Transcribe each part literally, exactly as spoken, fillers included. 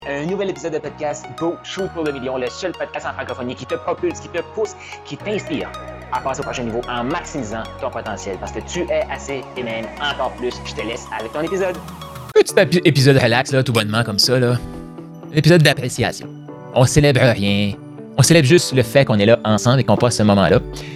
Un nouvel épisode de podcast Go Shoot pour le million, le seul podcast en francophonie qui te propulse, qui te pousse, qui t'inspire à passer au prochain niveau en maximisant ton potentiel parce que tu es assez et même encore plus. Je te laisse avec ton épisode. Petit épisode relax, là, tout bonnement comme ça, là. Un épisode d'appréciation. On célèbre rien. On célèbre juste le fait qu'on est là ensemble et qu'on passe ce moment-là.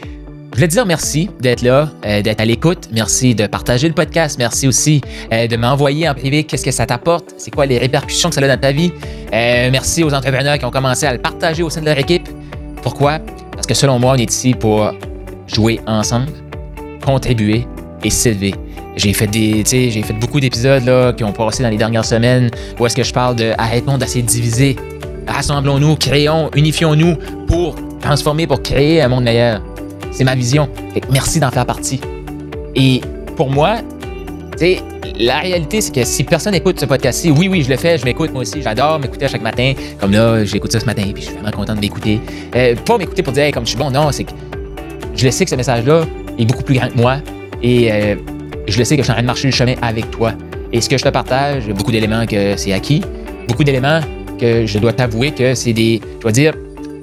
Je voulais te dire merci d'être là, euh, d'être à l'écoute. Merci de partager le podcast. Merci aussi euh, de m'envoyer en privé qu'est-ce que ça t'apporte, c'est quoi les répercussions que ça a dans ta vie. Euh, merci aux entrepreneurs qui ont commencé à le partager au sein de leur équipe. Pourquoi? Parce que selon moi, on est ici pour jouer ensemble, contribuer et s'élever. J'ai fait des, tu sais, j'ai fait beaucoup d'épisodes là, qui ont passé dans les dernières semaines où est-ce que je parle de arrêtons d'essayer de diviser, rassemblons-nous, créons, unifions-nous pour transformer, pour créer un monde meilleur. C'est ma vision. Fait que merci d'en faire partie. Et pour moi, tu sais, la réalité, c'est que si personne n'écoute ce podcast-ci, oui, oui, je le fais, je m'écoute moi aussi, j'adore m'écouter à chaque matin. Comme là, j'écoute ça ce matin, puis je suis vraiment content de m'écouter. Euh, pas m'écouter pour dire, hey, comme je suis bon, non, c'est que je le sais que ce message-là est beaucoup plus grand que moi et euh, je le sais que je suis en train de marcher le chemin avec toi. Et ce que je te partage, il y a beaucoup d'éléments que c'est acquis, beaucoup d'éléments que je dois t'avouer que c'est des, je dois dire,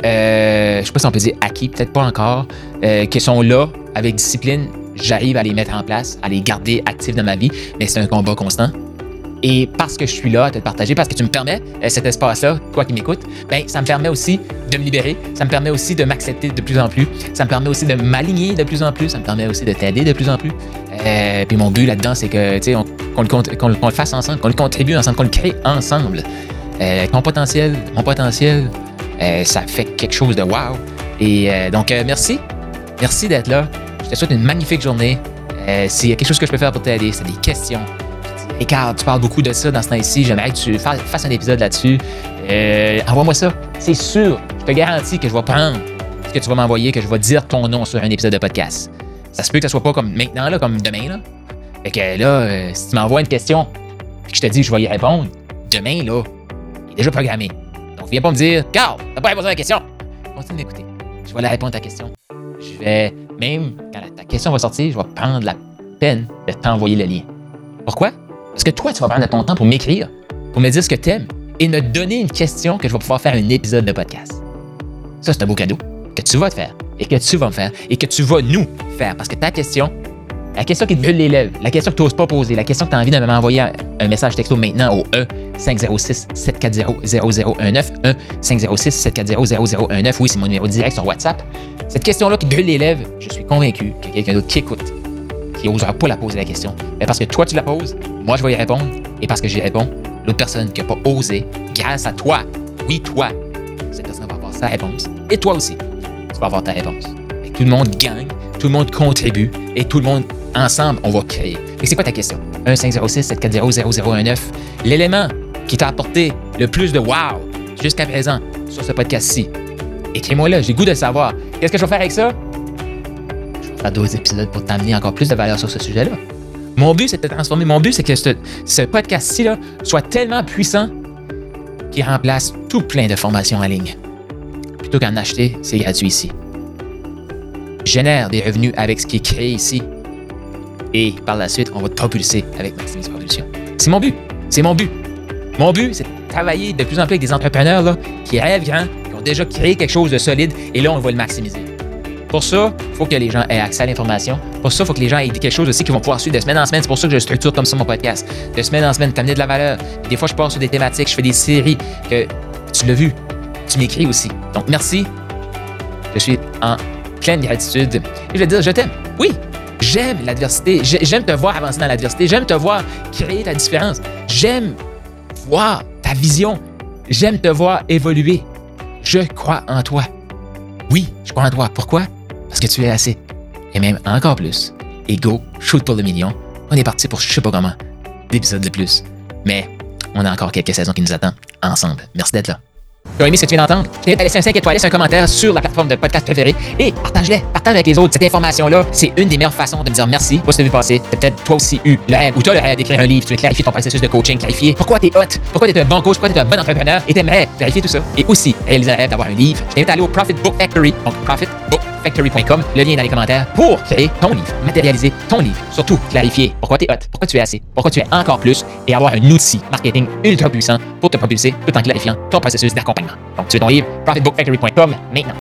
Euh, je sais pas si on peut dire acquis, peut-être pas encore, euh, qui sont là avec discipline. J'arrive à les mettre en place, à les garder actifs dans ma vie, mais c'est un combat constant. Et parce que je suis là à te le partager, parce que tu me permets euh, cet espace-là, toi qui m'écoutes, ben ça me permet aussi de me libérer, ça me permet aussi de m'accepter de plus en plus, ça me permet aussi de m'aligner de plus en plus, ça me permet aussi de t'aider de plus en plus. Euh, puis mon but là-dedans, c'est que tu sais, on, qu'on, le, qu'on, qu'on le fasse ensemble, qu'on le contribue ensemble, qu'on le crée ensemble. Euh, ton potentiel, mon potentiel. Euh, ça fait quelque chose de wow. Et euh, donc, euh, merci. Merci d'être là. Je te souhaite une magnifique journée. Euh, s'il y a quelque chose que je peux faire pour t'aider, c'est des questions. Ricard, tu parles beaucoup de ça dans ce temps-ci. J'aimerais que tu fasses un épisode là-dessus. Euh, envoie-moi ça. C'est sûr. Je te garantis que je vais prendre ce que tu vas m'envoyer, que je vais dire ton nom sur un épisode de podcast. Ça se peut que ça soit pas comme maintenant, là, comme demain. Là. Fait que là, euh, si tu m'envoies une question et que je te dis que je vais y répondre, demain, là, il est déjà programmé. Donc, viens pas me dire, Carl, t'as pas répondu à la question. Continue d'écouter. Je vais la répondre à ta question. Je vais, même quand ta question va sortir, je vais prendre la peine de t'envoyer le lien. Pourquoi? Parce que toi, tu vas prendre ton temps pour m'écrire, pour me dire ce que t'aimes et me donner une question que je vais pouvoir faire un épisode de podcast. Ça, c'est un beau cadeau que tu vas te faire et que tu vas me faire et que tu vas nous faire. Parce que ta question, la question qui te brûle les lèvres, la question que tu n'oses pas poser, la question que tu as envie de m'envoyer un message texto maintenant au un cinq zéro six sept quatre zéro zéro zéro un neuf, un cinq zéro six sept quatre zéro zéro zéro un neuf, oui, c'est mon numéro direct sur WhatsApp. Cette question-là qui te brûle les lèvres, je suis convaincu qu'il y a quelqu'un d'autre qui écoute, qui n'osera pas la poser la question. Mais parce que toi, tu la poses, moi, je vais y répondre. Et parce que j'y réponds, l'autre personne qui n'a pas osé, grâce à toi, oui, toi, cette personne va avoir sa réponse. Et toi aussi, tu vas avoir ta réponse. Et tout le monde gagne, tout le monde contribue et tout le monde ensemble, on va créer. Et c'est quoi ta question? un cinq zéro six sept quatre zéro zéro zéro un neuf. L'élément qui t'a apporté le plus de wow jusqu'à présent sur ce podcast-ci. Écris-moi là, j'ai le goût de le savoir. Qu'est-ce que je vais faire avec ça? Je vais faire d'autres épisodes pour t'amener encore plus de valeur sur ce sujet-là. Mon but, c'est de te transformer. Mon but, c'est que ce, ce podcast-ci là, soit tellement puissant qu'il remplace tout plein de formations en ligne. Plutôt qu'en acheter, c'est gratuit ici. Génère des revenus avec ce qui est créé ici. Et par la suite, on va te propulser avec Maximise Propulsion. C'est mon but. C'est mon but. Mon but, c'est de travailler de plus en plus avec des entrepreneurs là, qui rêvent grand, qui ont déjà créé quelque chose de solide, et là, on va le maximiser. Pour ça, il faut que les gens aient accès à l'information. Pour ça, il faut que les gens aient quelque chose aussi qu'ils vont pouvoir suivre de semaine en semaine. C'est pour ça que je structure comme ça mon podcast. De semaine en semaine, t'amener de la valeur. Des fois, je pars sur des thématiques, je fais des séries que tu l'as vu. Tu m'écris aussi. Donc, merci. Je suis en pleine gratitude. Et je vais te dire, je t'aime. Oui. J'aime l'adversité. J'aime te voir avancer dans l'adversité. J'aime te voir créer ta différence. J'aime voir ta vision. J'aime te voir évoluer. Je crois en toi. Oui, je crois en toi. Pourquoi? Parce que tu es assez. Et même encore plus. Et go, shoot pour le million. On est parti pour je sais pas comment d'épisodes de plus. Mais on a encore quelques saisons qui nous attendent ensemble. Merci d'être là. Tu as aimé ce que tu viens d'entendre? Je t'invite à laisser un cinq étoiles, laisse un commentaire sur la plateforme de podcast préférée et partage-les, partage avec les autres. Cette information-là, c'est une des meilleures façons de me dire merci pour ce que tu as vu passer. Tu as peut-être toi aussi eu le rêve ou tu as le rêve d'écrire un livre, tu veux clarifier ton processus de coaching, clarifier pourquoi tu es hot, pourquoi tu es un bon coach, pourquoi tu es un bon entrepreneur et tu aimerais clarifier tout ça. Et aussi réaliser le rêve d'avoir un livre. Je t'invite à aller au Profit Book Factory, donc Profit Book factory point com, le lien dans les commentaires pour créer ton livre, matérialiser ton livre, surtout clarifier pourquoi tu es hot, pourquoi tu es assez, pourquoi tu es encore plus et avoir un outil marketing ultra puissant pour te propulser tout en clarifiant ton processus d'accompagnement. Donc, tu veux ton livre, profit book factory point com maintenant.